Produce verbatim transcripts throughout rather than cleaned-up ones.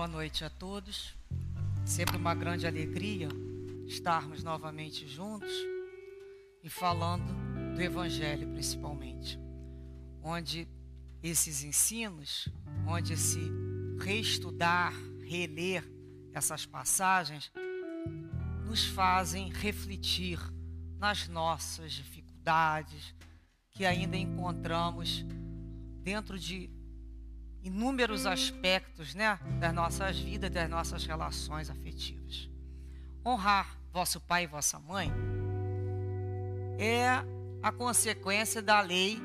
Boa noite a todos. Sempre uma grande alegria estarmos novamente juntos e falando do Evangelho principalmente, onde esses ensinos, onde esse reestudar, reler essas passagens nos fazem refletir nas nossas dificuldades que ainda encontramos dentro de inúmeros aspectos, né, das nossas vidas, das nossas relações afetivas. Honrar vosso pai e vossa mãe é a consequência da lei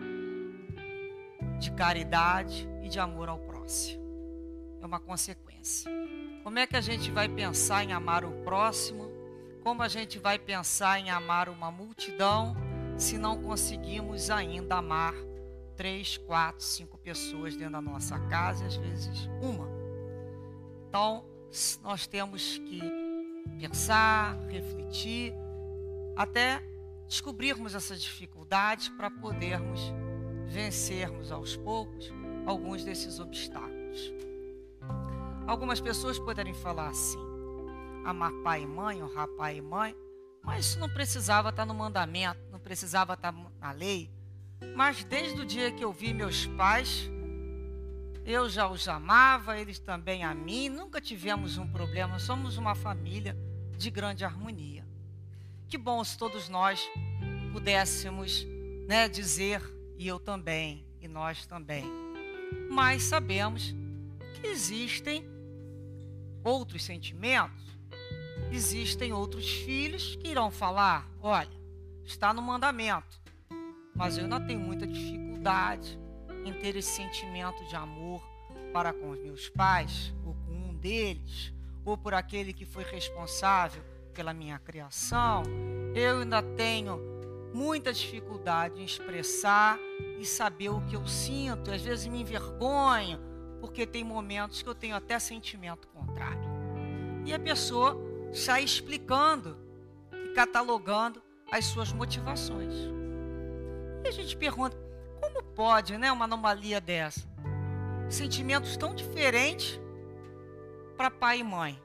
de caridade e de amor ao próximo. É uma consequência. Como é que a gente vai pensar em amar o próximo? Como a gente vai pensar em amar uma multidão se não conseguimos ainda amar três, quatro, cinco pessoas dentro da nossa casa e às vezes uma? Então, nós temos que pensar, refletir, até descobrirmos essas dificuldades para podermos vencermos aos poucos alguns desses obstáculos. Algumas pessoas poderem falar assim: amar pai e mãe, honrar pai e mãe, mas isso não precisava estar no mandamento, não precisava estar na lei. Mas desde o dia que eu vi meus pais, eu já os amava, eles também a mim, nunca tivemos um problema, somos uma família de grande harmonia. Que bom se todos nós pudéssemos, né, dizer, e eu também, e nós também. Mas sabemos que existem outros sentimentos, existem outros filhos que irão falar: olha, está no mandamento, mas eu ainda tenho muita dificuldade em ter esse sentimento de amor para com os meus pais, ou com um deles, ou por aquele que foi responsável pela minha criação. Eu ainda tenho muita dificuldade em expressar e saber o que eu sinto. Às vezes me envergonho, porque tem momentos que eu tenho até sentimento contrário. E a pessoa sai explicando e catalogando as suas motivações. E a gente pergunta: como pode, né, uma anomalia dessa? Sentimentos tão diferentes para pai e mãe.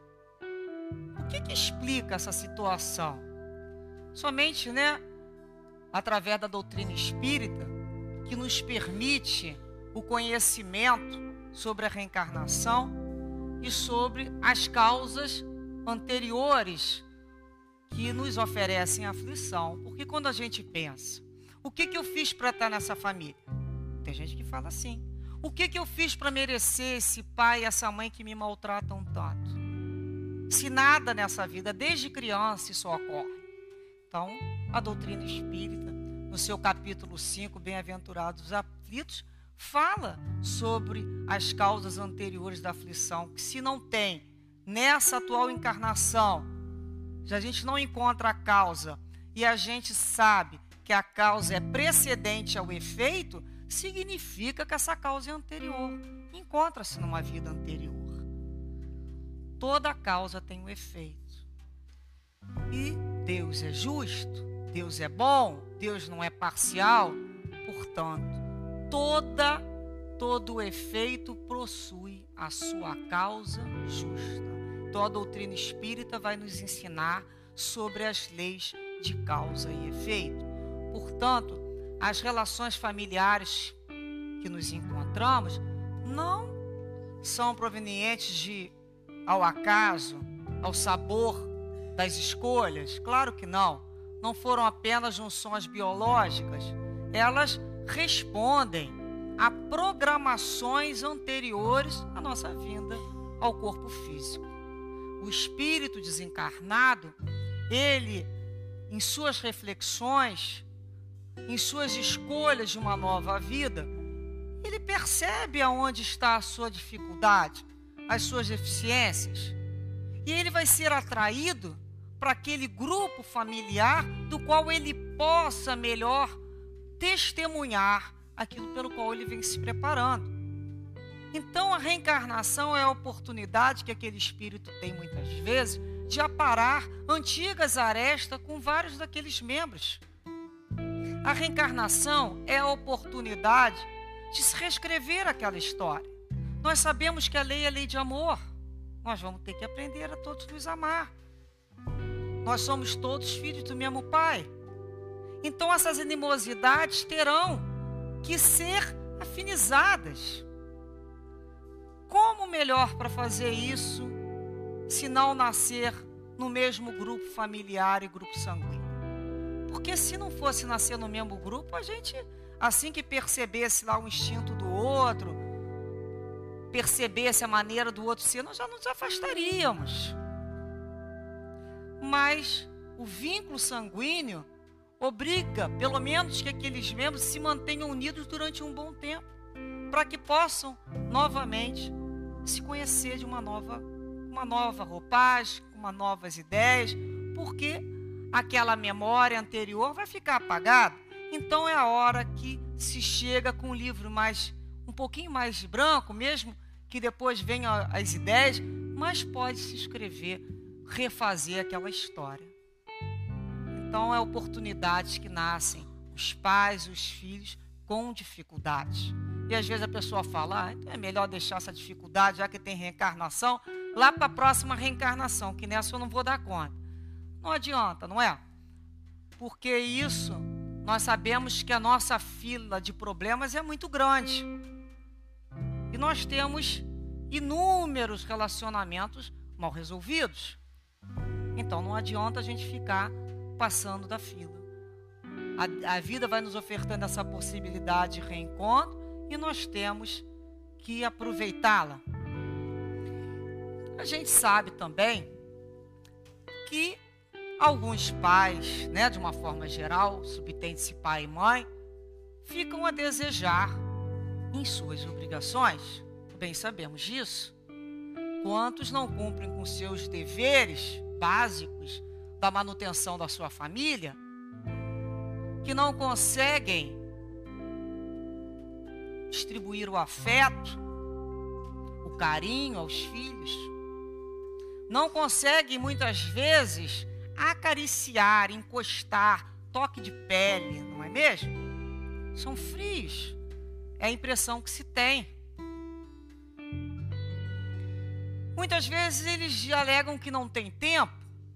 O que que explica essa situação? Somente, né, através da doutrina espírita, que nos permite o conhecimento sobre a reencarnação e sobre as causas anteriores que nos oferecem aflição. Porque quando a gente pensa: o que que eu fiz para estar nessa família? Tem gente que fala assim: o que que eu fiz para merecer esse pai e essa mãe que me maltratam tanto? Se nada nessa vida, desde criança, isso ocorre. Então, a doutrina espírita, no seu capítulo cinco, Bem-aventurados os aflitos, fala sobre as causas anteriores da aflição, que se não tem nessa atual encarnação, se a gente não encontra a causa e a gente sabe que a causa é precedente ao efeito, significa que essa causa é anterior, encontra-se numa vida anterior. Toda causa tem um efeito. E Deus é justo, Deus é bom, Deus não é parcial, portanto, toda, todo o efeito possui a sua causa justa. Então a doutrina espírita vai nos ensinar sobre as leis de causa e efeito. Portanto, as relações familiares que nos encontramos não são provenientes de ao acaso, ao sabor das escolhas. Claro que não. Não foram apenas junções biológicas. Elas respondem a programações anteriores à nossa vinda ao corpo físico. O espírito desencarnado, ele, em suas reflexões, em suas escolhas de uma nova vida, ele percebe aonde está a sua dificuldade, as suas deficiências, e ele vai ser atraído para aquele grupo familiar do qual ele possa melhor testemunhar aquilo pelo qual ele vem se preparando. Então a reencarnação é a oportunidade que aquele espírito tem muitas vezes de aparar antigas arestas com vários daqueles membros. A reencarnação é a oportunidade de se reescrever aquela história. Nós sabemos que a lei é lei de amor. nós vamos ter que aprender a todos nos amar. Nós somos todos filhos do mesmo Pai. Então essas animosidades terão que ser afinizadas. Como melhor para fazer isso, se não nascer no mesmo grupo familiar e grupo sanguíneo? Porque se não fosse nascer no mesmo grupo, a gente, assim que percebesse lá o instinto do outro, percebesse a maneira do outro ser, nós já nos afastaríamos. Mas o vínculo sanguíneo obriga, pelo menos, que aqueles membros se mantenham unidos durante um bom tempo, para que possam novamente se conhecer de uma nova, uma nova roupagem, uma novas ideias, porque aquela memória anterior vai ficar apagada. Então é a hora que se chega com um livro mais, um pouquinho mais branco, mesmo que depois venham as ideias, mas pode se escrever, refazer aquela história. Então é oportunidades que nascem, os pais, os filhos, com dificuldades. E às vezes a pessoa fala, ah, então é melhor deixar essa dificuldade, já que tem reencarnação, lá para a próxima reencarnação, que nessa eu não vou dar conta. Não adianta, não é? Porque isso, nós sabemos que a nossa fila de problemas é muito grande. E nós temos inúmeros relacionamentos mal resolvidos. Então não adianta a gente ficar passando da fila. A, a vida vai nos ofertando essa possibilidade de reencontro e nós temos que aproveitá-la. A gente sabe também que alguns pais, né, de uma forma geral, subtende-se pai e mãe, ficam a desejar em suas obrigações. Bem sabemos disso. Quantos não cumprem com seus deveres básicos da manutenção da sua família, que não conseguem distribuir o afeto, o carinho aos filhos, não conseguem muitas vezes acariciar, encostar, toque de pele, não é mesmo? São frios, é a impressão que se tem. Muitas vezes eles alegam que não têm tempo,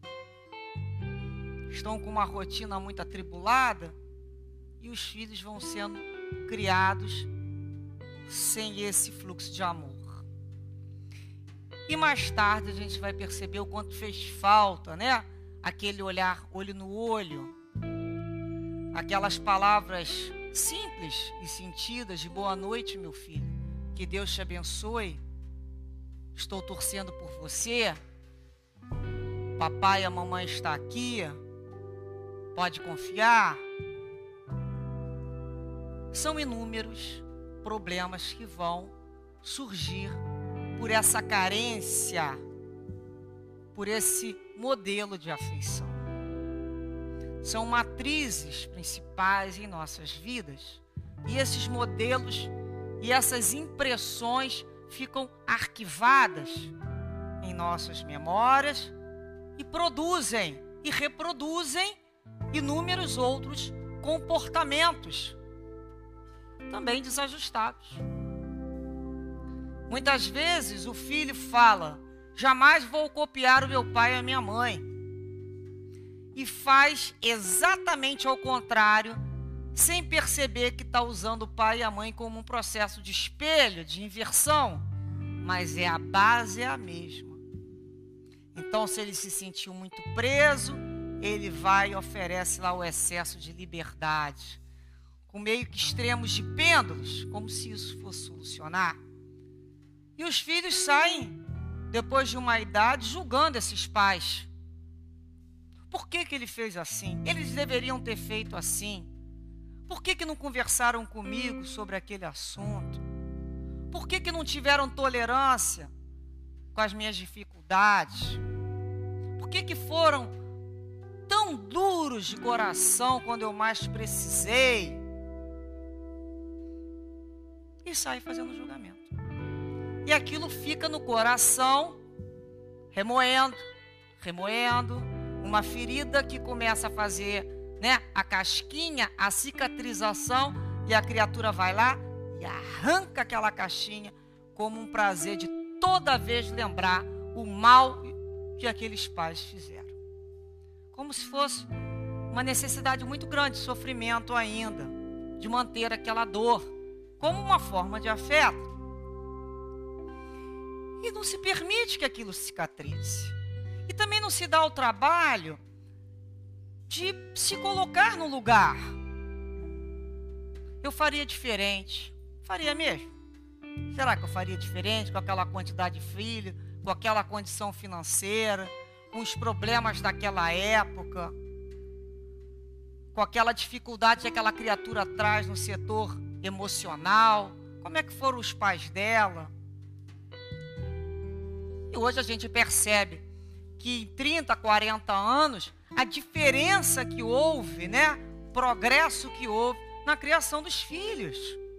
estão com uma rotina muito atribulada e os filhos vão sendo criados sem esse fluxo de amor. E mais tarde a gente vai perceber o quanto fez falta, né? Aquele olhar olho no olho, aquelas palavras simples e sentidas de boa noite, meu filho, que Deus te abençoe, estou torcendo por você, papai e a mamãe está aqui, pode confiar. São inúmeros problemas que vão surgir por essa carência, por esse modelo de afeição. São matrizes principais em nossas vidas. E esses modelos e essas impressões ficam arquivadas em nossas memórias e produzem e reproduzem inúmeros outros comportamentos também desajustados. Muitas vezes o filho fala, jamais vou copiar o meu pai e a minha mãe. E faz exatamente ao contrário, sem perceber que está usando o pai e a mãe como um processo de espelho, de inversão. Mas é a base é a mesma. Então, se ele se sentiu muito preso, ele vai e oferece lá o excesso de liberdade, com meio que extremos de pêndulos, como se isso fosse solucionar. E os filhos saem, depois de uma idade, julgando esses pais. Por que que ele fez assim? Eles deveriam ter feito assim. Por que que não conversaram comigo sobre aquele assunto? Por que que não tiveram tolerância com as minhas dificuldades? Por que que foram tão duros de coração quando eu mais precisei? E sai fazendo julgamento. E aquilo fica no coração, remoendo, remoendo, uma ferida que começa a fazer, né, a casquinha, a cicatrização, e a criatura vai lá e arranca aquela caixinha como um prazer de toda vez lembrar o mal que aqueles pais fizeram. Como se fosse uma necessidade muito grande, sofrimento ainda, de manter aquela dor, como uma forma de afeto. E não se permite que aquilo cicatrize. E também não se dá o trabalho de se colocar no lugar. Eu faria diferente. Faria mesmo? Será que eu faria diferente com aquela quantidade de filho, com aquela condição financeira, com os problemas daquela época, com aquela dificuldade que aquela criatura traz no setor emocional? Como é que foram os pais dela? E hoje a gente percebe que em trinta, quarenta anos, a diferença que houve, né? Progresso que houve na criação dos filhos.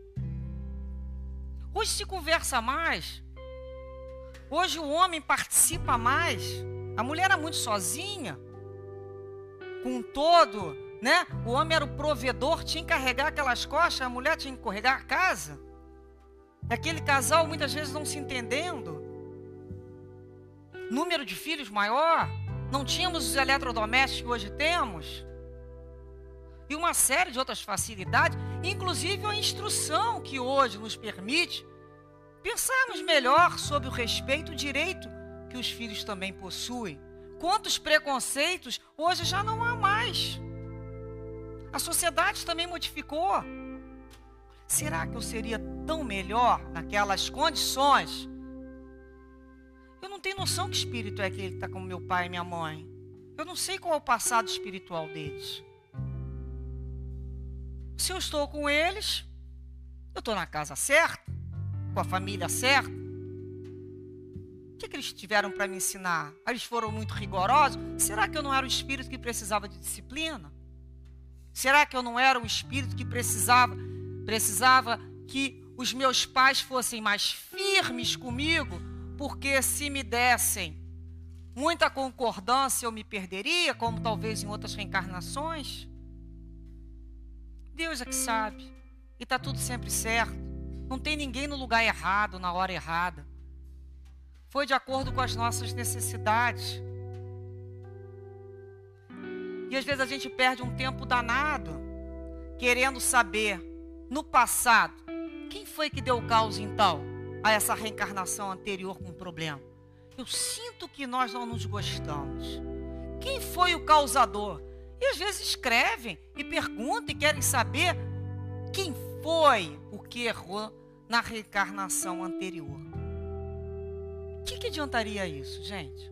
Hoje se conversa mais. Hoje o homem participa mais. A mulher era muito sozinha. Com todo, né? O homem era o provedor, tinha que carregar aquelas costas, a mulher tinha que carregar a casa. Aquele casal muitas vezes não se entendendo. Número de filhos maior. Não tínhamos os eletrodomésticos que hoje temos. E uma série de outras facilidades, inclusive a instrução que hoje nos permite pensarmos melhor sobre o respeito e o direito que os filhos também possuem. Quantos preconceitos hoje já não há mais. A sociedade também modificou. Será que eu seria tão melhor naquelas condições? Eu não tenho noção que espírito é aquele que está com meu pai e minha mãe. Eu não sei qual é o passado espiritual deles. Se eu estou com eles, eu estou na casa certa, com a família certa. O que, que eles tiveram para me ensinar? Eles foram muito rigorosos? Será que eu não era um espírito que precisava de disciplina? Será que eu não era um espírito que precisava, precisava que os meus pais fossem mais firmes comigo? Porque se me dessem muita concordância, eu me perderia, como talvez em outras reencarnações? Deus é que sabe. E está tudo sempre certo. Não tem ninguém no lugar errado, na hora errada. Foi de acordo com as nossas necessidades. E às vezes a gente perde um tempo danado querendo saber, no passado, quem foi que deu causa então a essa reencarnação anterior com um problema. Eu sinto que nós não nos gostamos. Quem foi o causador? E às vezes escrevem e perguntam e querem saber quem foi o que errou na reencarnação anterior. O que, que adiantaria isso, gente?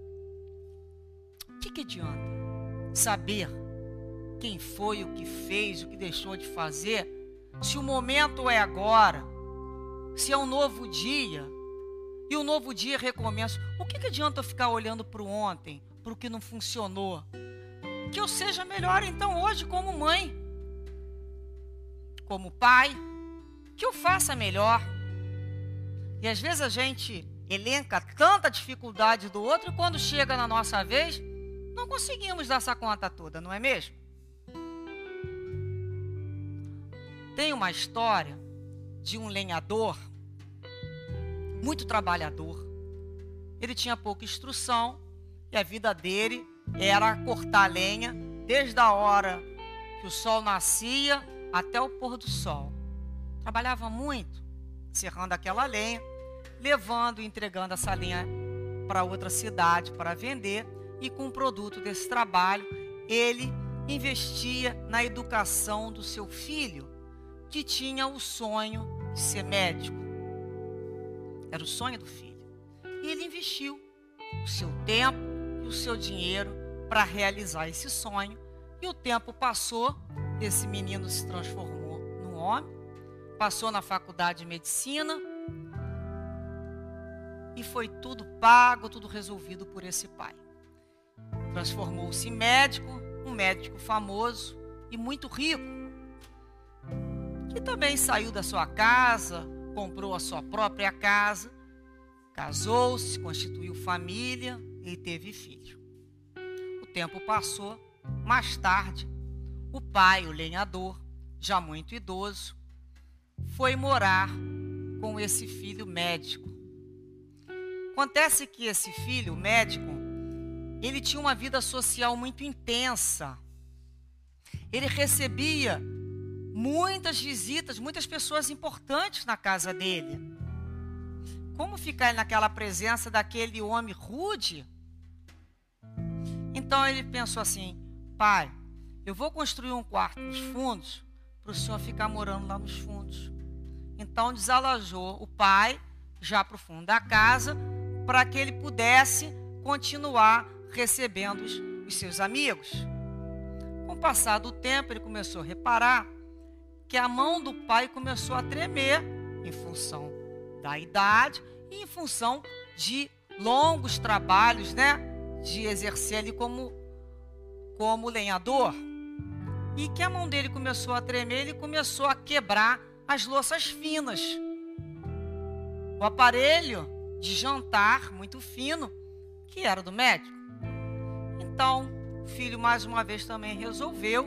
O que, que adianta saber quem foi, o que fez, o que deixou de fazer, se o momento é agora, se é um novo dia, e o novo dia recomeça? O que, que adianta eu ficar olhando para o ontem, para o que não funcionou? Que eu seja melhor então hoje como mãe, como pai, que eu faça melhor. E às vezes a gente elenca tanta dificuldade do outro e quando chega na nossa vez, não conseguimos dar essa conta toda, não é mesmo? Tem uma história de um lenhador, muito trabalhador. Ele tinha pouca instrução e a vida dele era cortar lenha desde a hora que o sol nascia até o pôr do sol. Trabalhava muito, serrando aquela lenha, levando e entregando essa lenha para outra cidade para vender, e com o produto desse trabalho, ele investia na educação do seu filho, que tinha o sonho de ser médico. Era o sonho do filho. E ele investiu o seu tempo e o seu dinheiro para realizar esse sonho. E o tempo passou, esse menino se transformou num homem, passou na faculdade de medicina e foi tudo pago, tudo resolvido por esse pai. Transformou-se em médico, um médico famoso e muito rico, que também saiu da sua casa, comprou a sua própria casa, casou-se, constituiu família e teve filho. O tempo passou, mais tarde, o pai, o lenhador, já muito idoso, foi morar com esse filho médico. Acontece que esse filho, o médico, ele tinha uma vida social muito intensa. Ele recebia muitas visitas, muitas pessoas importantes na casa dele. Como ficar naquela presença daquele homem rude? Então ele pensou assim: pai, eu vou construir um quarto nos fundos para o senhor ficar morando lá nos fundos. Então desalojou o pai já para o fundo da casa, para que ele pudesse continuar recebendo os, os seus amigos. Com o passar do tempo, ele começou a reparar que a mão do pai começou a tremer em função da idade e em função de longos trabalhos, né, de exercer ali como, como lenhador. E que a mão dele começou a tremer, ele começou a quebrar as louças finas. O aparelho de jantar muito fino, que era do médico. Então, o filho mais uma vez também resolveu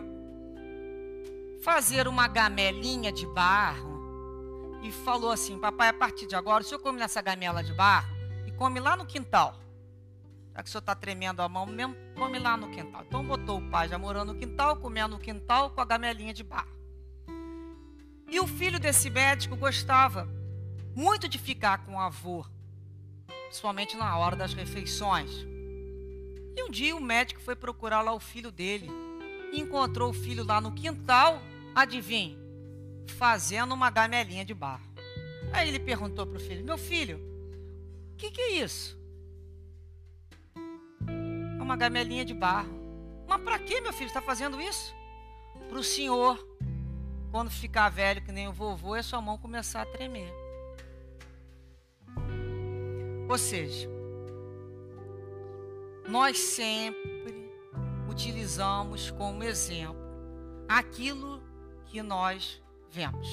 fazer uma gamelinha de barro e falou assim: papai, a partir de agora, o senhor come nessa gamela de barro e come lá no quintal. Já que o senhor está tremendo a mão mesmo, come lá no quintal. Então botou o pai já morando no quintal, comendo no quintal com a gamelinha de barro. E o filho desse médico gostava muito de ficar com o avô, principalmente na hora das refeições. E um dia o médico foi procurar lá o filho dele e encontrou o filho lá no quintal, adivinha, fazendo uma gamelinha de barro. Aí ele perguntou para o filho: meu filho, o que, que é isso? É uma gamelinha de barro. Mas para que, meu filho, está fazendo isso? Para o senhor, quando ficar velho que nem o vovô, a sua mão começar a tremer. Ou seja, nós sempre utilizamos como exemplo aquilo que nós vemos,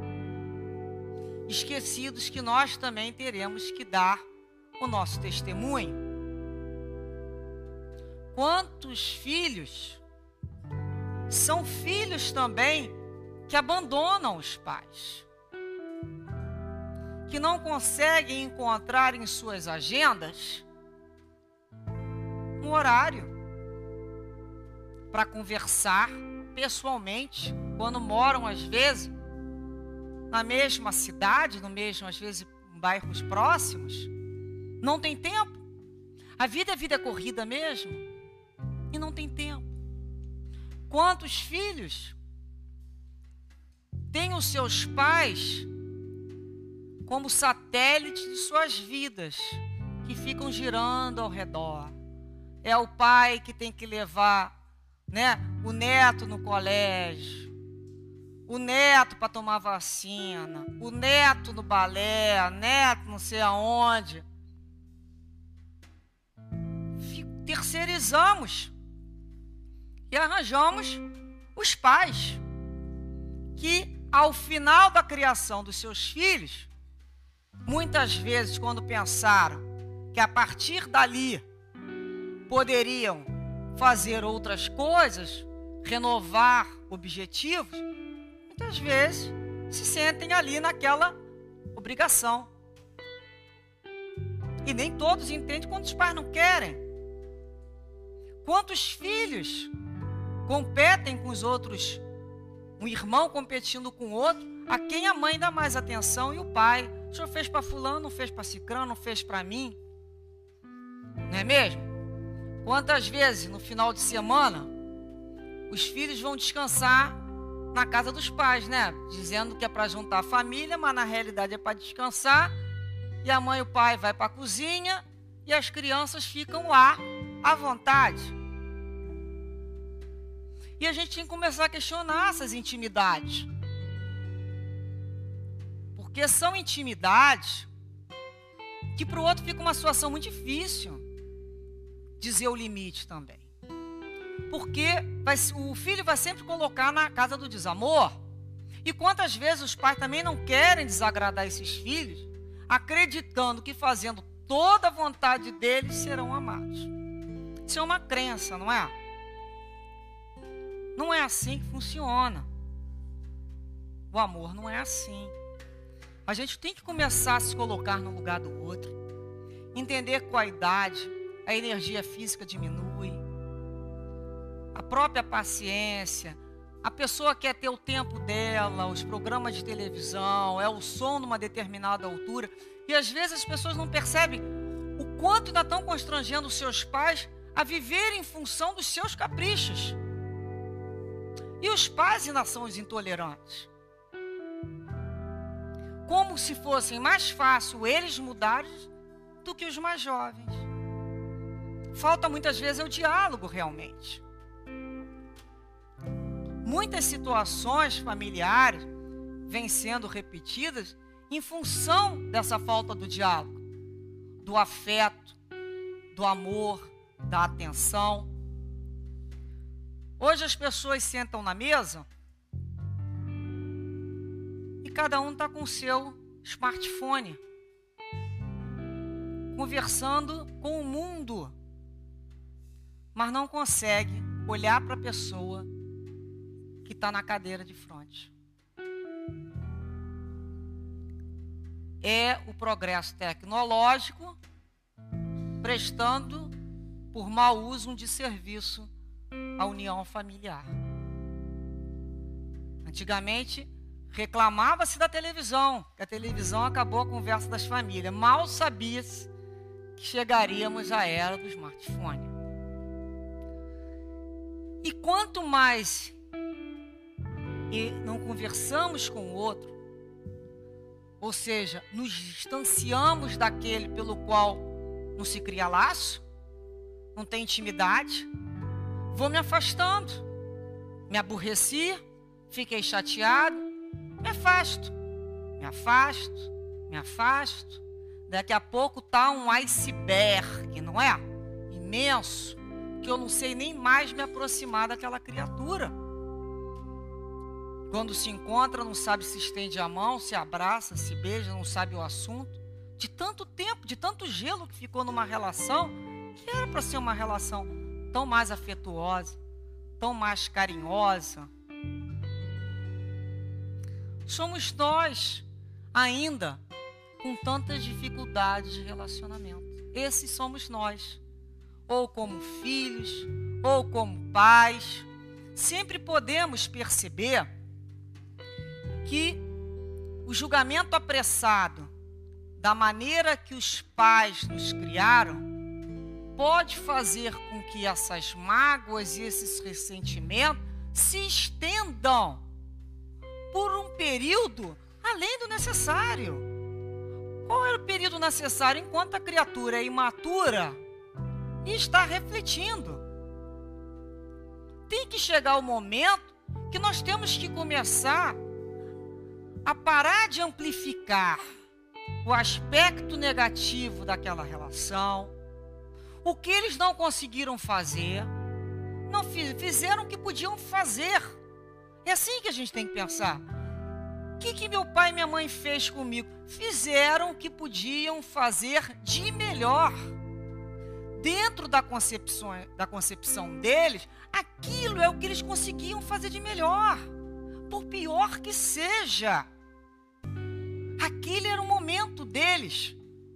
esquecidos que nós também teremos que dar o nosso testemunho. Quantos filhos são filhos também que abandonam os pais, que não conseguem encontrar em suas agendas um horário para conversar pessoalmente, quando moram às vezes na mesma cidade, no mesmo, às vezes, bairros próximos. Não tem tempo. A vida é vida corrida mesmo e não tem tempo. Quantos filhos têm os seus pais como satélites de suas vidas, que ficam girando ao redor? É o pai que tem que levar, né, o neto no colégio, o neto para tomar vacina, o neto no balé, neto não sei aonde. Terceirizamos e arranjamos os pais que, ao final da criação dos seus filhos, muitas vezes, quando pensaram que a partir dali poderiam fazer outras coisas, renovar objetivos, muitas vezes se sentem ali naquela obrigação. E nem todos entendem quando os pais não querem. Quantos filhos competem com os outros, um irmão competindo com o outro, a quem a mãe dá mais atenção e o pai? O senhor fez para fulano, não fez para cicrano, não fez para mim. Não é mesmo? Quantas vezes no final de semana os filhos vão descansar na casa dos pais, né? Dizendo que é para juntar a família, mas na realidade é para descansar. E a mãe e o pai vai para a cozinha e as crianças ficam lá à vontade. E a gente tem que começar a questionar essas intimidades. Porque são intimidades que para o outro fica uma situação muito difícil dizer o limite também. Porque vai, o filho vai sempre colocar na casa do desamor. E quantas vezes os pais também não querem desagradar esses filhos, acreditando que fazendo toda a vontade deles serão amados. Isso é uma crença, não é? Não é assim que funciona. O amor não é assim. A gente tem que começar a se colocar no lugar do outro. entender que com a idade a energia física diminui, a própria paciência, a pessoa quer ter o tempo dela, os programas de televisão, é o som numa determinada altura, e às vezes as pessoas não percebem o quanto ainda estão constrangendo os seus pais a viver em função dos seus caprichos. E os pais ainda são os intolerantes. Como se fossem mais fácil eles mudarem do que os mais jovens. Falta muitas vezes o diálogo realmente. Muitas situações familiares vêm sendo repetidas em função dessa falta do diálogo, do afeto, do amor, da atenção. Hoje as pessoas sentam na mesa e cada um está com o seu smartphone, conversando com o mundo, mas não consegue olhar para a pessoa que está na cadeira de frente. É o progresso tecnológico prestando por mau uso de serviço à união familiar. Antigamente reclamava-se da televisão, que a televisão acabou a conversa das famílias. Mal sabia-se que chegaríamos à era do smartphone. E quanto mais e não conversamos com o outro, ou seja, nos distanciamos daquele pelo qual não se cria laço, não tem intimidade, vou me afastando, me aborreci, fiquei chateado, me afasto, me afasto, me afasto, daqui a pouco tá um iceberg, não é? Imenso, que eu não sei nem mais me aproximar daquela criatura. Quando se encontra, não sabe se estende a mão, se abraça, se beija, não sabe o assunto. De tanto tempo, de tanto gelo que ficou numa relação, que era para ser uma relação tão mais afetuosa, tão mais carinhosa. Somos nós ainda com tantas dificuldades de relacionamento. Esses somos nós, ou como filhos, ou como pais. Sempre podemos perceber que o julgamento apressado da maneira que os pais nos criaram pode fazer com que essas mágoas e esses ressentimentos se estendam por um período além do necessário. Qual era o período necessário? Enquanto a criatura é imatura e está refletindo. Tem que chegar o momento que nós temos que começar a parar de amplificar o aspecto negativo daquela relação, o que eles não conseguiram fazer, não fizeram o que podiam fazer. É assim que a gente tem que pensar. O que, que meu pai e minha mãe fez comigo? Fizeram o que podiam fazer de melhor. Dentro da concepção, da concepção deles, aquilo é o que eles conseguiam fazer de melhor. Por pior que seja. Aquele era o momento deles.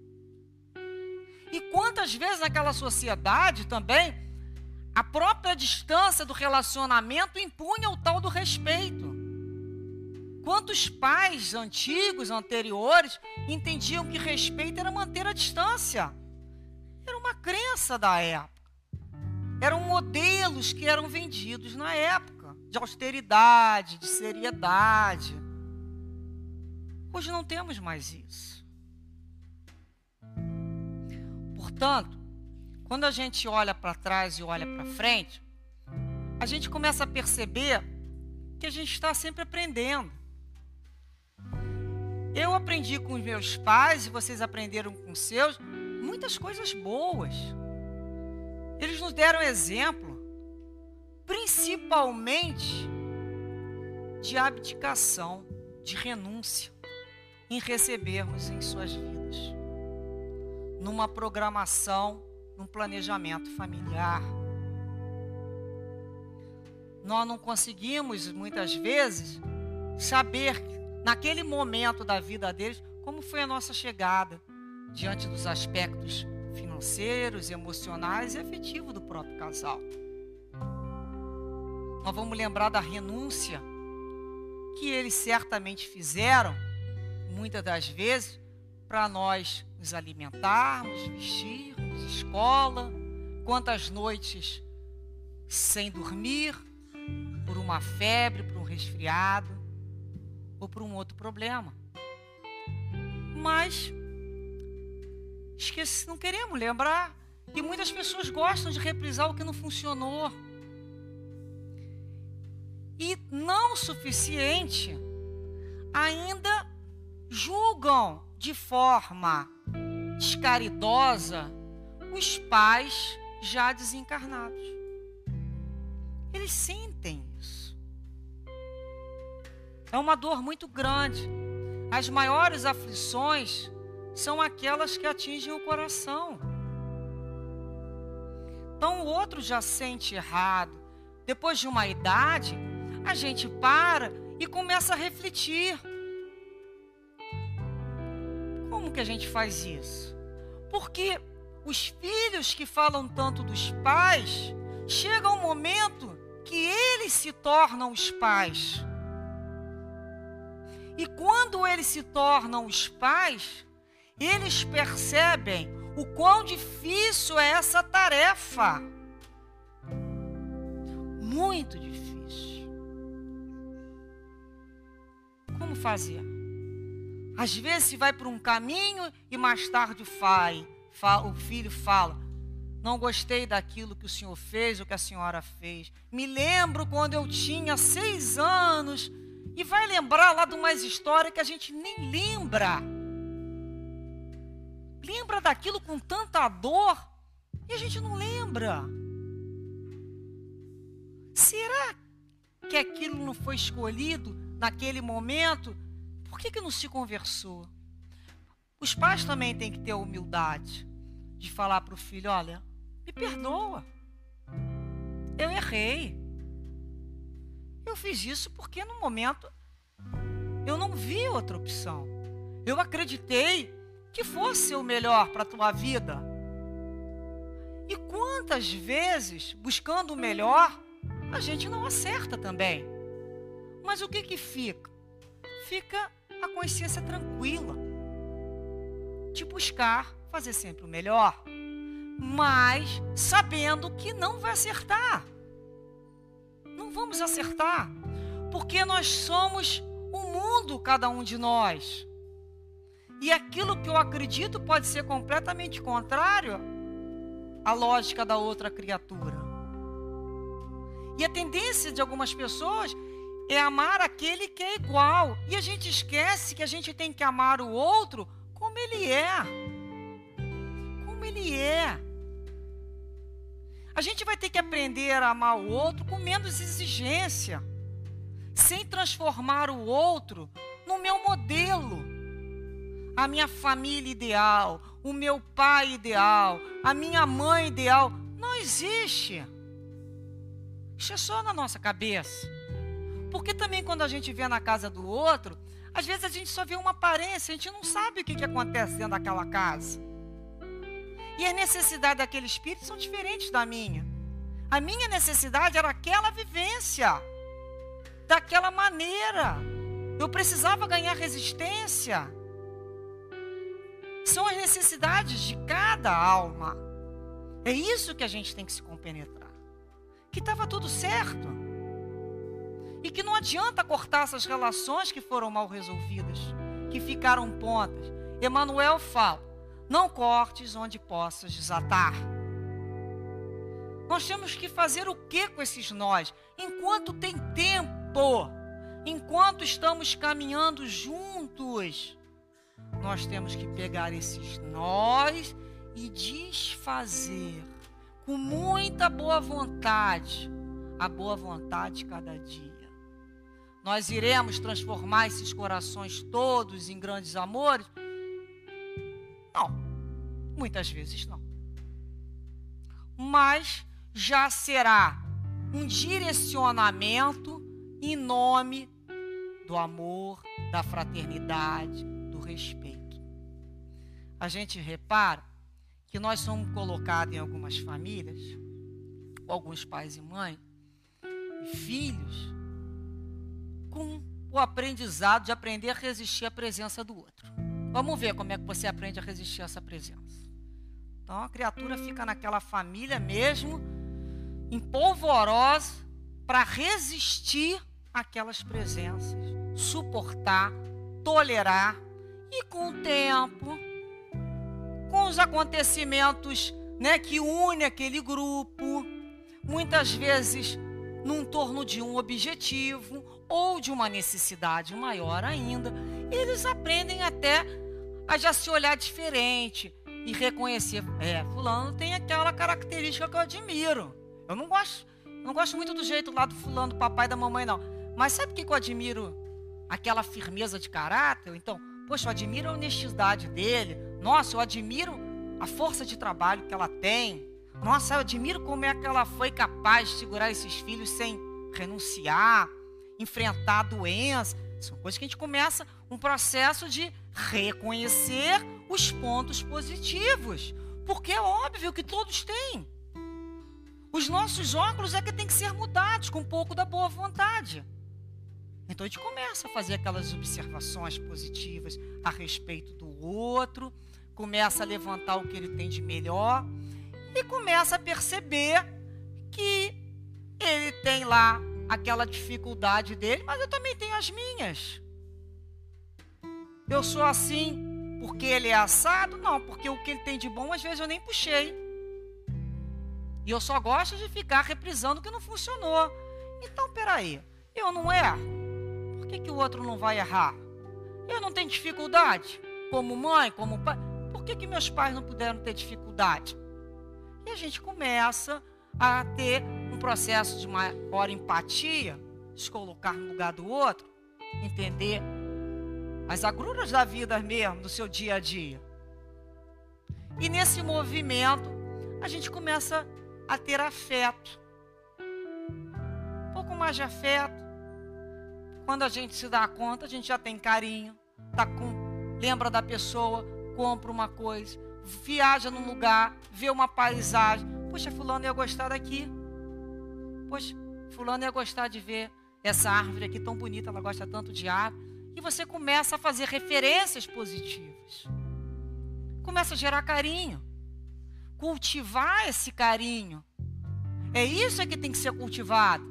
E quantas vezes naquela sociedade também, a própria distância do relacionamento impunha o tal do respeito. Quantos pais antigos, anteriores, entendiam que respeito era manter a distância? Era uma crença da época. Eram modelos que eram vendidos na época, de austeridade, de seriedade. Hoje não temos mais isso. Portanto, quando a gente olha para trás e olha para frente, a gente começa a perceber que a gente está sempre aprendendo. Eu aprendi com os meus pais, e vocês aprenderam com os seus, muitas coisas boas. Eles nos deram exemplo, principalmente de abdicação, de renúncia, em recebermos em suas vidas, numa programação, num planejamento familiar. Nós não conseguimos, muitas vezes, saber, naquele momento da vida deles, como foi a nossa chegada diante dos aspectos financeiros, emocionais e afetivos do próprio casal. Nós vamos lembrar da renúncia que eles certamente fizeram, muitas das vezes, para nós nos alimentarmos, vestirmos, escola, quantas noites sem dormir, por uma febre, por um resfriado, ou por um outro problema. Mas esqueci, não queremos lembrar, e muitas pessoas gostam de reprisar o que não funcionou. E não o suficiente, ainda julgam de forma descaridosa os pais já desencarnados. Eles sentem isso. É uma dor muito grande. As maiores aflições são aquelas que atingem o coração. Então o outro já sente errado. Depois de uma idade, a gente para e começa a refletir. Como que a gente faz isso? Porque os filhos que falam tanto dos pais, chega um momento que eles se tornam os pais. E quando eles se tornam os pais, eles percebem o quão difícil é essa tarefa. Muito difícil. Como fazer? Às vezes se vai por um caminho e mais tarde o pai, o filho fala: não gostei daquilo que o senhor fez ou que a senhora fez. Me lembro quando eu tinha seis anos. E vai lembrar lá de umas histórias que a gente nem lembra. Lembra daquilo com tanta dor e a gente não lembra. Será que aquilo não foi escolhido naquele momento? Por que que não se conversou? Os pais também têm que ter a humildade de falar para o filho: olha, me perdoa, eu errei. Eu fiz isso porque no momento eu não vi outra opção. Eu acreditei que fosse o melhor para a tua vida. E quantas vezes, buscando o melhor, a gente não acerta também. Mas o que que fica? Fica a consciência tranquila de buscar fazer sempre o melhor, mas sabendo que não vai acertar. Não vamos acertar, porque nós somos um mundo, cada um de nós. E aquilo que eu acredito pode ser completamente contrário à lógica da outra criatura. E a tendência de algumas pessoas é amar aquele que é igual. E a gente esquece que a gente tem que amar o outro como ele é. Como ele é. A gente vai ter que aprender a amar o outro com menos exigência, sem transformar o outro no meu modelo, a minha família ideal, o meu pai ideal, a minha mãe ideal. Não existe. Isso é só na nossa cabeça. Porque também quando a gente vê na casa do outro, às vezes a gente só vê uma aparência, a gente não sabe o que, que acontece dentro daquela casa. E as necessidades daquele espírito são diferentes da minha. A minha necessidade era aquela vivência, daquela maneira. Eu precisava ganhar resistência. São as necessidades de cada alma. É isso que a gente tem que se compenetrar. Que estava tudo certo. E que não adianta cortar essas relações que foram mal resolvidas, que ficaram pontas. Emmanuel fala: não cortes onde possas desatar. Nós temos que fazer o que com esses nós? Enquanto tem tempo, enquanto estamos caminhando juntos, nós temos que pegar esses nós e desfazer com muita boa vontade, a boa vontade cada dia. Nós iremos transformar esses corações todos em grandes amores? Não, muitas vezes não. Mas já será um direcionamento em nome do amor, da fraternidade, do respeito. A gente repara que nós somos colocados em algumas famílias, com alguns pais e mães, e filhos, com o aprendizado de aprender a resistir à presença do outro. Vamos ver como é que você aprende a resistir a essa presença. Então a criatura fica naquela família mesmo, empolvorosa, para resistir àquelas presenças, suportar, tolerar, e com o tempo, com os acontecimentos, né, que unem aquele grupo, muitas vezes num torno de um objetivo ou de uma necessidade maior ainda, eles aprendem até a já se olhar diferente e reconhecer, é, fulano tem aquela característica que eu admiro. Eu não gosto, não gosto muito do jeito lá do fulano, do papai e da mamãe, não. Mas sabe o que eu admiro? Aquela firmeza de caráter. Então, poxa, eu admiro a honestidade dele. Nossa, eu admiro a força de trabalho que ela tem. Nossa, eu admiro como é que ela foi capaz de segurar esses filhos sem renunciar, enfrentar a doença. São coisas que a gente começa um processo de reconhecer os pontos positivos. Porque é óbvio que todos têm. Os nossos óculos é que tem que ser mudados com um pouco da boa vontade. Então a gente começa a fazer aquelas observações positivas a respeito do outro, começa a levantar o que ele tem de melhor e começa a perceber que ele tem lá aquela dificuldade dele, mas eu também tenho as minhas. Eu sou assim porque ele é assado? Não, porque o que ele tem de bom às vezes eu nem puxei. E eu só gosto de ficar reprisando o que não funcionou. Então, peraí, eu não erro? Por que, que o outro não vai errar? Eu não tenho dificuldade? Como mãe, como pai? Por que, que meus pais não puderam ter dificuldade? E a gente começa a ter um processo de maior empatia, se colocar no lugar do outro, entender as agruras da vida mesmo, do seu dia a dia. E nesse movimento, a gente começa a ter afeto. Um pouco mais de afeto. Quando a gente se dá conta, a gente já tem carinho, tá com, lembra da pessoa, compra uma coisa, viaja num lugar, vê uma paisagem. Poxa, fulano ia gostar daqui. Poxa, fulano ia gostar de ver essa árvore aqui tão bonita, ela gosta tanto de árvore. E você começa a fazer referências positivas. Começa a gerar carinho. Cultivar esse carinho. É isso que tem que ser cultivado.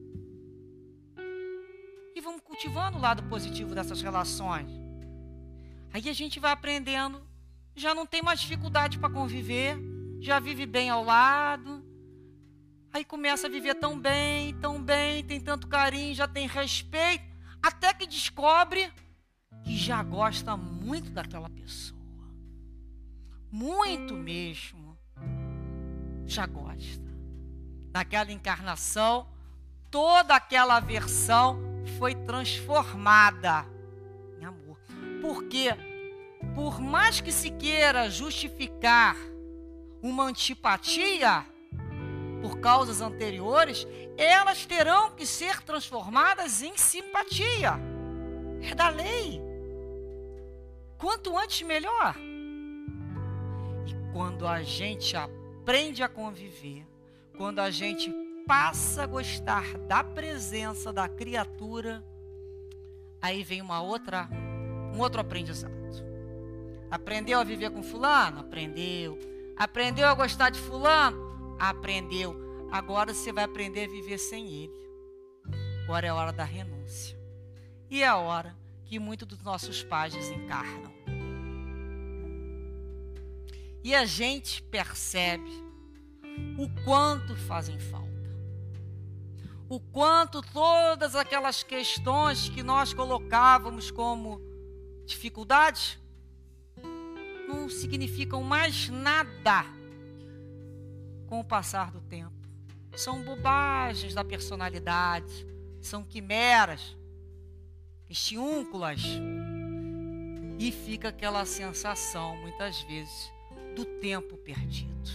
E vamos cultivando o lado positivo dessas relações. Aí a gente vai aprendendo, já não tem mais dificuldade para conviver, já vive bem ao lado. Aí começa a viver tão bem, tão bem, tem tanto carinho, já tem respeito, até que descobre que já gosta muito daquela pessoa. Muito mesmo. Já gosta. Naquela encarnação, toda aquela versão foi transformada em amor. Porque, por mais que se queira justificar uma antipatia por causas anteriores, elas terão que ser transformadas em simpatia. É da lei. Quanto antes, melhor. E quando a gente aprende a conviver, quando a gente passa a gostar da presença da criatura, aí vem uma outra, um outro aprendizado. Aprendeu a viver com fulano? Aprendeu. Aprendeu a gostar de fulano? Aprendeu. Agora você vai aprender a viver sem ele. Agora é a hora da renúncia. E é a hora que muitos dos nossos pais desencarnam. E a gente percebe o quanto fazem falta. O quanto todas aquelas questões que nós colocávamos como dificuldades não significam mais nada com o passar do tempo. São bobagens da personalidade, são quimeras, estiúnculas. E fica aquela sensação, muitas vezes, do tempo perdido.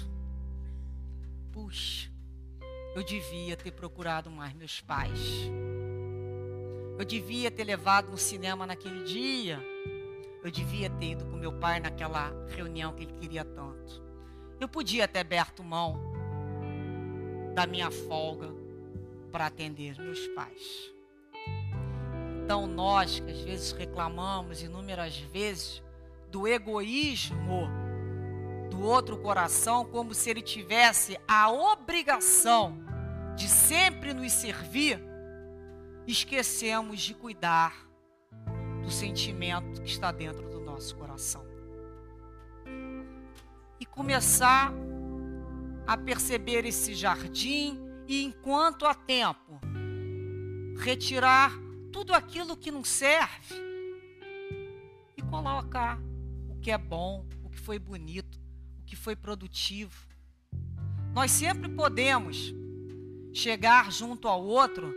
Puxa, eu devia ter procurado mais meus pais. Eu devia ter levado no cinema naquele dia. Eu devia ter ido com meu pai naquela reunião que ele queria tanto. Eu podia ter aberto mão da minha folga para atender meus pais. Então nós, que às vezes reclamamos inúmeras vezes do egoísmo do outro coração, como se ele tivesse a obrigação de sempre nos servir, esquecemos de cuidar do sentimento que está dentro do nosso coração. E começar a perceber esse jardim e, enquanto há tempo, retirar tudo aquilo que não serve e colocar o que é bom, o que foi bonito, o que foi produtivo. Nós sempre podemos chegar junto ao outro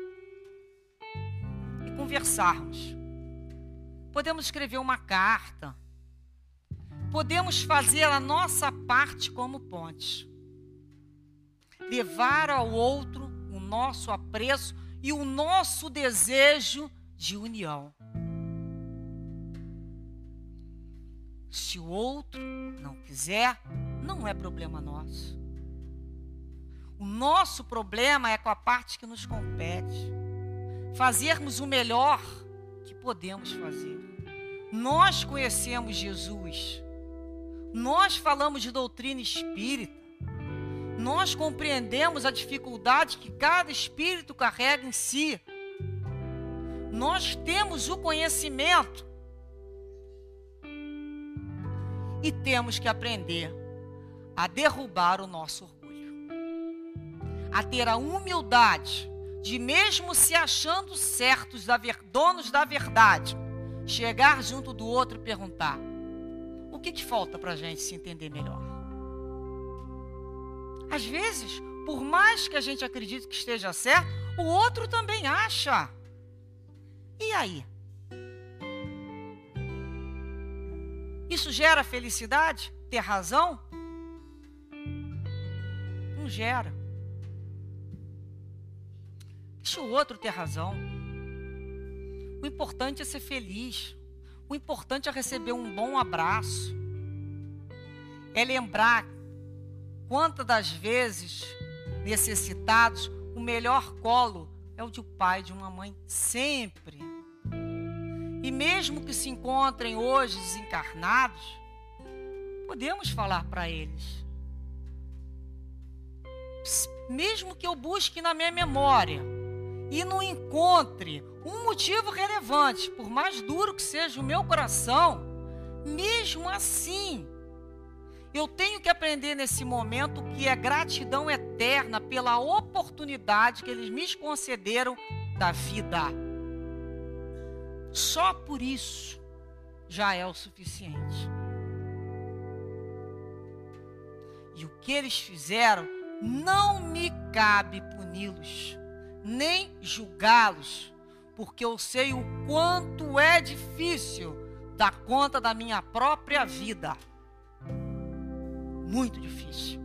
e conversarmos. Podemos escrever uma carta. Podemos fazer a nossa parte como ponte. Levar ao outro o nosso apreço e o nosso desejo de união. Se o outro não quiser, não é problema nosso. O nosso problema é com a parte que nos compete. Fazermos o melhor que podemos fazer. Nós conhecemos Jesus. Nós falamos de doutrina espírita. Nós compreendemos a dificuldade que cada espírito carrega em si. Nós temos o conhecimento. E temos que aprender a derrubar o nosso orgulho. A ter a humildade de, mesmo se achando certos, da ver, donos da verdade, chegar junto do outro e perguntar: o que, que falta para a gente se entender melhor? Às vezes, por mais que a gente acredite que esteja certo, o outro também acha. E aí? Isso gera felicidade? Ter razão? Não gera. Deixa o outro ter razão. O importante é ser feliz. O importante é receber um bom abraço. É lembrar quantas das vezes necessitados, o melhor colo é o de um pai, de uma mãe, sempre. E mesmo que se encontrem hoje desencarnados, podemos falar para eles. Mesmo que eu busque na minha memória e não encontre um motivo relevante, por mais duro que seja o meu coração, mesmo assim, eu tenho que aprender nesse momento que é gratidão eterna pela oportunidade que eles me concederam da vida. Só por isso já é o suficiente. E o que eles fizeram, não me cabe puni-los, nem julgá-los, porque eu sei o quanto é difícil dar conta da minha própria vida. Muito difícil.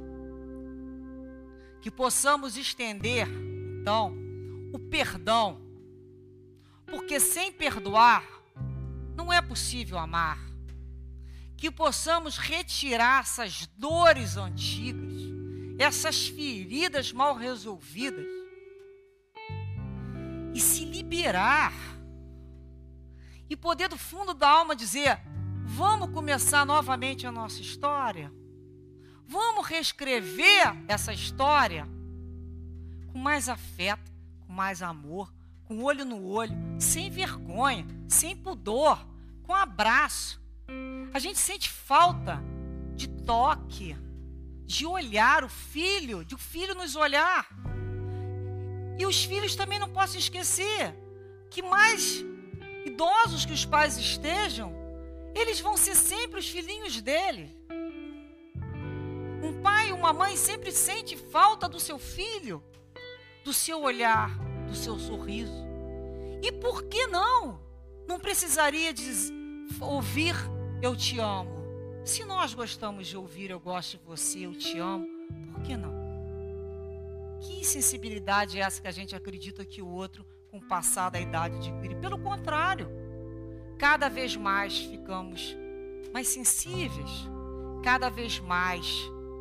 Que possamos estender, então, o perdão. Porque sem perdoar, não é possível amar. Que possamos retirar essas dores antigas, essas feridas mal resolvidas, e se liberar. E poder do fundo da alma dizer: vamos começar novamente a nossa história. Vamos reescrever essa história com mais afeto, com mais amor, com olho no olho, sem vergonha, sem pudor, com abraço. A gente sente falta de toque, de olhar o filho, de o filho nos olhar. E os filhos também não possam esquecer que, mais idosos que os pais estejam, eles vão ser sempre os filhinhos dele. Um pai e uma mãe sempre sente falta do seu filho, do seu olhar, do seu sorriso. E por que não? Não precisaria de ouvir "eu te amo". Se nós gostamos de ouvir "eu gosto de você, eu te amo", por que não? Que sensibilidade é essa que a gente acredita que o outro, com o passar da idade, adquire? Pelo contrário, cada vez mais ficamos mais sensíveis, cada vez mais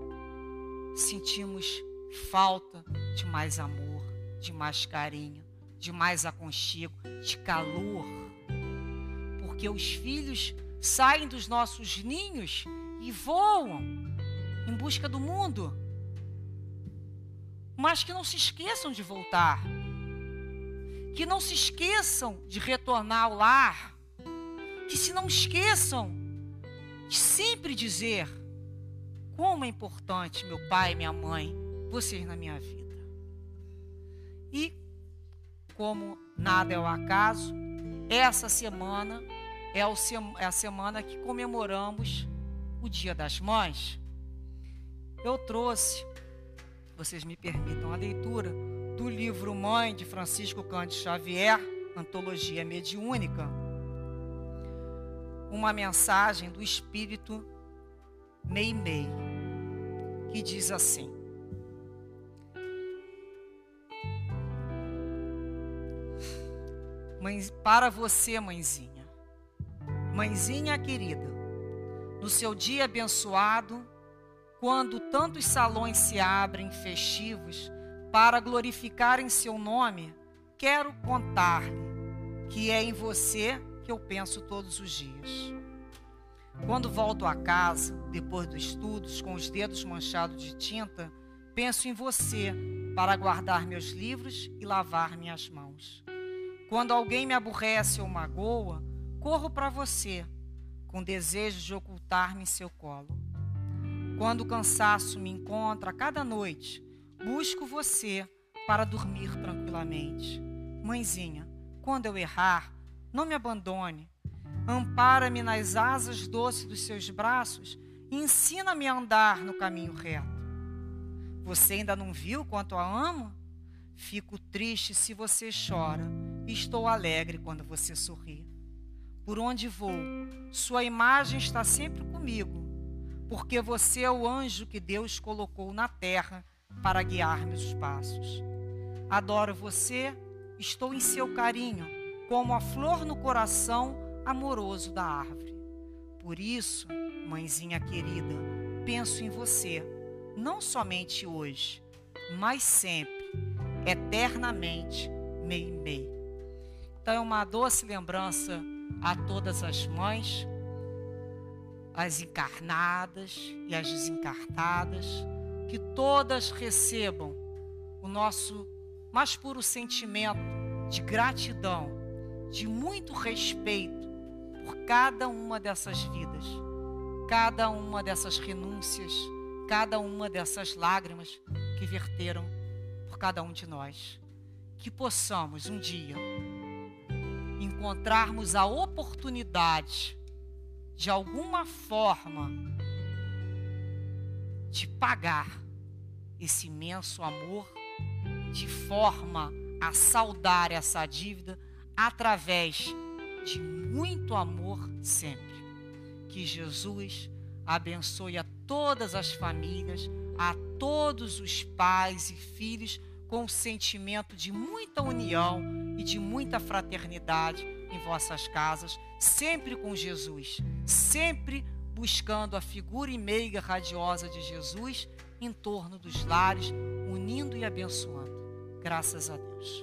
sentimos falta de mais amor, de mais carinho, de mais aconchego, de calor. Porque os filhos saem dos nossos ninhos e voam em busca do mundo, mas que não se esqueçam de voltar, que não se esqueçam de retornar ao lar, que se não esqueçam de sempre dizer como é importante meu pai e minha mãe, vocês na minha vida. E como nada é o acaso, essa semana é a semana que comemoramos o Dia das Mães. Eu trouxe, vocês me permitam a leitura, do livro Mãe, de Francisco Cândido Xavier, Antologia Mediúnica, uma mensagem do Espírito Meimei, que diz assim: Mãe, para você, mãezinha, mãezinha querida, no seu dia abençoado, quando tantos salões se abrem festivos para glorificarem seu nome, quero contar-lhe que é em você que eu penso todos os dias. Quando volto a casa, depois dos estudos, com os dedos manchados de tinta, penso em você para guardar meus livros e lavar minhas mãos. Quando alguém me aborrece ou magoa, corro para você, com desejo de ocultar-me em seu colo. Quando o cansaço me encontra cada noite, busco você para dormir tranquilamente. Mãezinha, quando eu errar, não me abandone. Ampara-me nas asas doces dos seus braços e ensina-me a andar no caminho reto. Você ainda não viu quanto a amo? Fico triste se você chora e estou alegre quando você sorri. Por onde vou, sua imagem está sempre comigo, porque você é o anjo que Deus colocou na terra para guiar meus passos. Adoro você, estou em seu carinho, como a flor no coração amoroso da árvore. Por isso, mãezinha querida, penso em você, não somente hoje, mas sempre, eternamente, Meimei. Então é uma doce lembrança a todas as mães, as encarnadas e as desencarnadas, que todas recebam o nosso mais puro sentimento de gratidão, de muito respeito por cada uma dessas vidas, cada uma dessas renúncias, cada uma dessas lágrimas que verteram por cada um de nós. Que possamos um dia encontrarmos a oportunidade, de alguma forma, de pagar esse imenso amor, de forma a saldar essa dívida através de muito amor sempre. Que Jesus abençoe a todas as famílias, a todos os pais e filhos, com o sentimento de muita união e de muita fraternidade em vossas casas, sempre com Jesus, sempre buscando a figura e meiga radiosa de Jesus em torno dos lares, unindo e abençoando. Graças a Deus.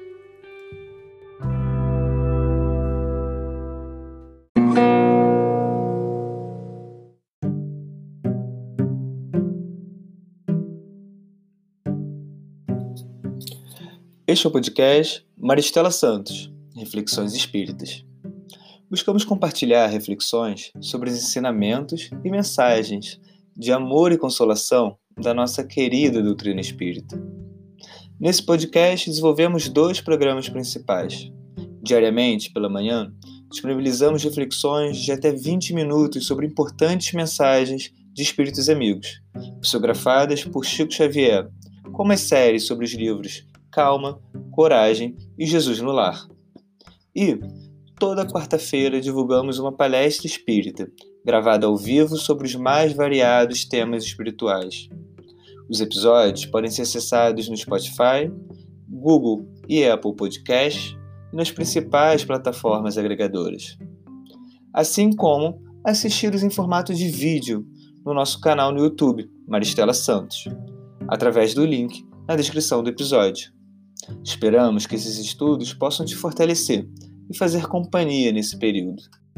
Este é o podcast Maristela Santos, Reflexões Espíritas. Buscamos compartilhar reflexões sobre os ensinamentos e mensagens de amor e consolação da nossa querida doutrina espírita. Nesse podcast, desenvolvemos dois programas principais. Diariamente, pela manhã, disponibilizamos reflexões de até vinte minutos sobre importantes mensagens de espíritos amigos, psicografadas por Chico Xavier, como as séries sobre os livros Calma, Coragem e Jesus no Lar. E, toda quarta-feira, divulgamos uma palestra espírita, gravada ao vivo sobre os mais variados temas espirituais. Os episódios podem ser acessados no Spotify, Google e Apple Podcasts e nas principais plataformas agregadoras. Assim como assisti-los em formato de vídeo no nosso canal no YouTube, Maristela Santos, através do link na descrição do episódio. Esperamos que esses estudos possam te fortalecer e fazer companhia nesse período.